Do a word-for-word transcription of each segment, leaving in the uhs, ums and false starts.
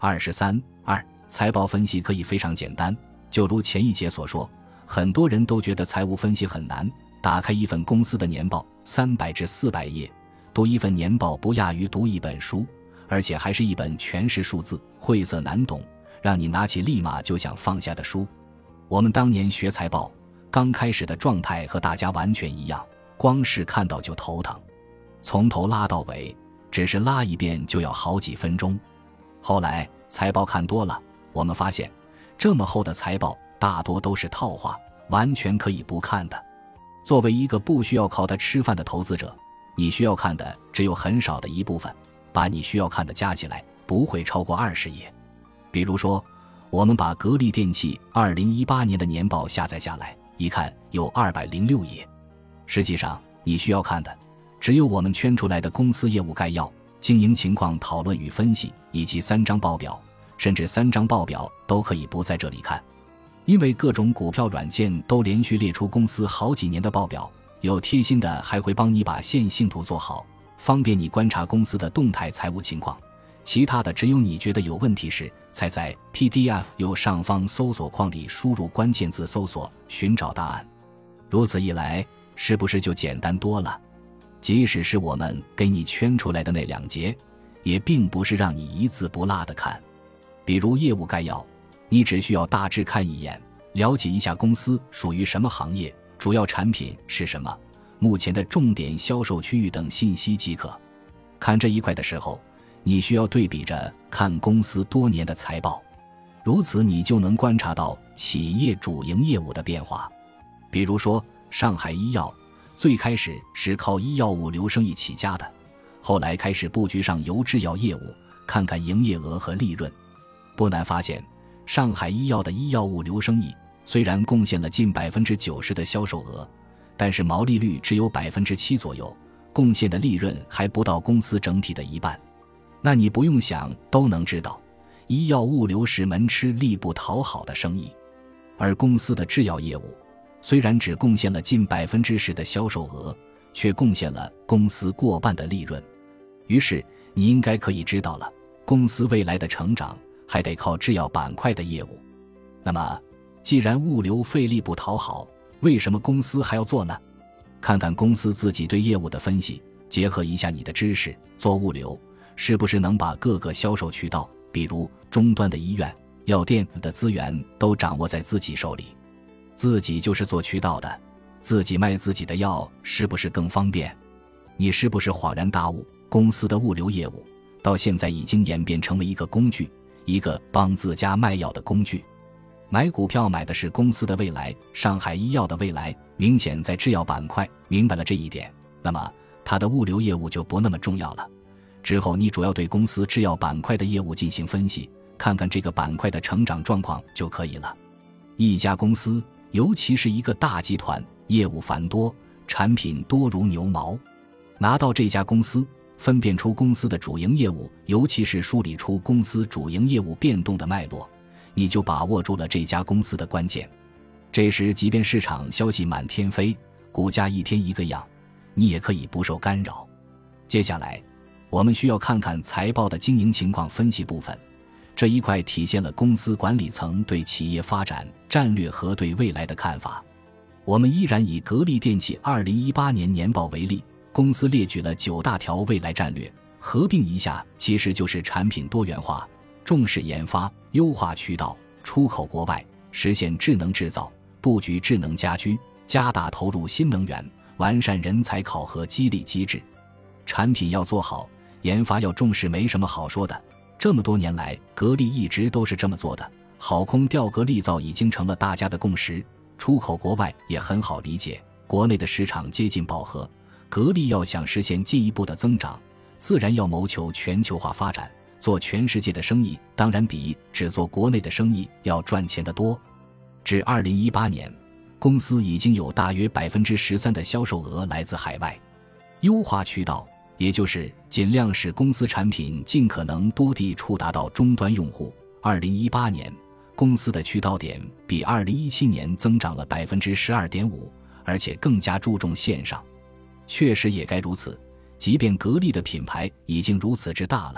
二十三二财报分析可以非常简单，就如前一节所说，很多人都觉得财务分析很难，打开一份公司的年报三百至四百页，读一份年报不亚于读一本书，而且还是一本全是数字，晦涩难懂，让你拿起立马就想放下的书。我们当年学财报刚开始的状态和大家完全一样，光是看到就头疼，从头拉到尾，只是拉一遍就要好几分钟。后来财报看多了，我们发现这么厚的财报大多都是套话，完全可以不看的。作为一个不需要靠它吃饭的投资者，你需要看的只有很少的一部分，把你需要看的加起来不会超过二十页。比如说，我们把格力电器二零一八年的年报下载下来，一看有二百零六页。实际上你需要看的只有我们圈出来的公司业务概要、经营情况讨论与分析，以及三张报表，甚至三张报表都可以不在这里看，因为各种股票软件都连续列出公司好几年的报表，有贴心的还会帮你把线性图做好，方便你观察公司的动态财务情况。其他的只有你觉得有问题时，才在 P D F 右上方搜索框里输入关键字搜索，寻找答案。如此一来，是不是就简单多了？即使是我们给你圈出来的那两节，也并不是让你一字不落的看。比如业务概要，你只需要大致看一眼，了解一下公司属于什么行业，主要产品是什么，目前的重点销售区域等信息即可。看这一块的时候，你需要对比着看公司多年的财报，如此你就能观察到企业主营业务的变化。比如说上海医药最开始是靠医药物流生意起家的，后来开始布局上游制药业务，看看营业额和利润。不难发现，上海医药的医药物流生意虽然贡献了近 百分之九十 的销售额，但是毛利率只有 百分之七 左右，贡献的利润还不到公司整体的一半。那你不用想都能知道，医药物流是门吃力不讨好的生意。而公司的制药业务虽然只贡献了近 百分之十 的销售额，却贡献了公司过半的利润。于是你应该可以知道了，公司未来的成长还得靠制药板块的业务。那么既然物流费力不讨好，为什么公司还要做呢？看看公司自己对业务的分析，结合一下你的知识，做物流是不是能把各个销售渠道，比如终端的医院、药店的资源都掌握在自己手里？自己就是做渠道的，自己卖自己的药是不是更方便？你是不是恍然大悟，公司的物流业务到现在已经演变成为一个工具，一个帮自家卖药的工具。买股票买的是公司的未来，上海医药的未来明显在制药板块，明白了这一点，那么它的物流业务就不那么重要了。之后你主要对公司制药板块的业务进行分析，看看这个板块的成长状况就可以了。一家公司，尤其是一个大集团，业务繁多，产品多如牛毛。拿到这家公司，分辨出公司的主营业务，尤其是梳理出公司主营业务变动的脉络，你就把握住了这家公司的关键。这时即便市场消息满天飞，股价一天一个样，你也可以不受干扰。接下来我们需要看看财报的经营情况分析部分，这一块体现了公司管理层对企业发展战略和对未来的看法。我们依然以格力电器二零一八年年报为例，公司列举了九大条未来战略，合并一下其实就是产品多元化，重视研发，优化渠道，出口国外，实现智能制造，布局智能家居，加大投入新能源，完善人才考核激励机制。产品要做好，研发要重视，没什么好说的。这么多年来，格力一直都是这么做的，好空调格力造已经成了大家的共识。出口国外也很好理解，国内的市场接近饱和，格力要想实现进一步的增长，自然要谋求全球化发展，做全世界的生意，当然比只做国内的生意要赚钱得多。至二零一八年，公司已经有大约 百分之十三 的销售额来自海外。优化渠道，也就是尽量使公司产品尽可能多地触达到终端用户。二零一八年，公司的渠道点比二零一七年增长了 百分之十二点五， 而且更加注重线上。确实也该如此，即便格力的品牌已经如此之大了，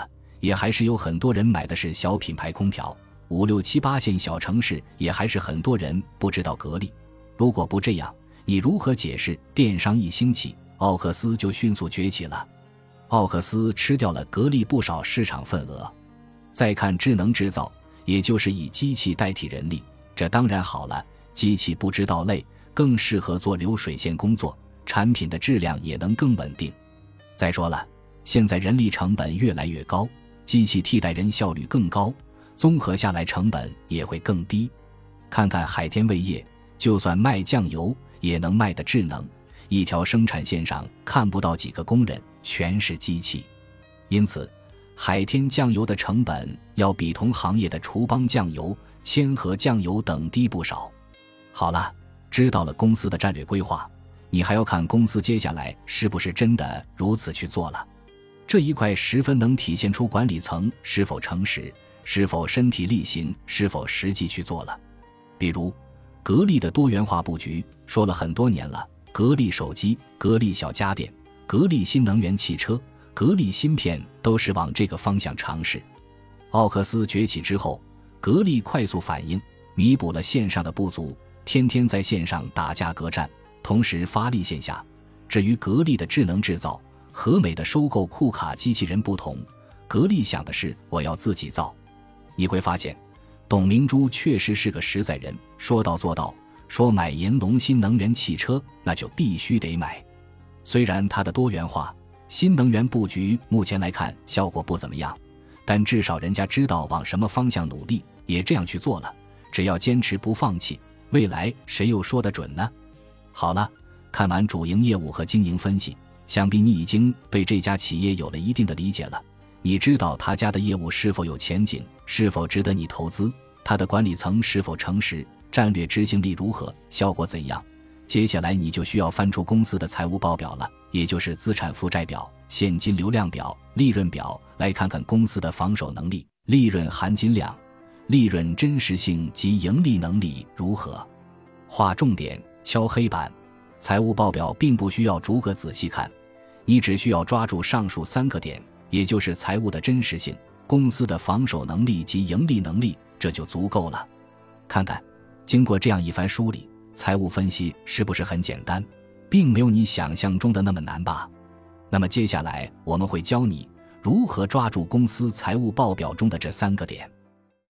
也还是有很多人买的是小品牌空调，五六七八线小城市也还是很多人不知道格力。如果不这样，你如何解释电商一兴起，奥克斯就迅速崛起了？奥克斯吃掉了格力不少市场份额。再看智能制造，也就是以机器代替人力，这当然好了，机器不知道累，更适合做流水线工作，产品的质量也能更稳定。再说了，现在人力成本越来越高，机器替代人效率更高，综合下来成本也会更低。看看海天味业，就算卖酱油也能卖得智能，一条生产线上看不到几个工人，全是机器。因此海天酱油的成本要比同行业的厨邦酱油、千和酱油等低不少。好了，知道了公司的战略规划，你还要看公司接下来是不是真的如此去做了。这一块十分能体现出管理层是否诚实，是否身体力行，是否实际去做了。比如格力的多元化布局说了很多年了，格力手机、格力小家电、格力新能源汽车、格力芯片都是往这个方向尝试。奥克斯崛起之后，格力快速反应，弥补了线上的不足，天天在线上打价格战，同时发力线下。至于格力的智能制造，和美的收购库卡机器人不同，格力想的是我要自己造。你会发现董明珠确实是个实在人，说到做到，说买银龙新能源汽车那就必须得买。虽然它的多元化新能源布局目前来看效果不怎么样，但至少人家知道往什么方向努力，也这样去做了。只要坚持不放弃，未来谁又说得准呢？好了，看完主营业务和经营分析，想必你已经对这家企业有了一定的理解了。你知道他家的业务是否有前景，是否值得你投资，他的管理层是否诚实，战略执行力如何，效果怎样。接下来你就需要翻出公司的财务报表了，也就是资产负债表、现金流量表、利润表，来看看公司的防守能力、利润含金量、利润真实性及盈利能力如何。划重点，敲黑板。财务报表并不需要逐个仔细看，你只需要抓住上述三个点，也就是财务的真实性、公司的防守能力及盈利能力，这就足够了。看看经过这样一番梳理，财务分析是不是很简单，并没有你想象中的那么难吧？那么接下来我们会教你如何抓住公司财务报表中的这三个点。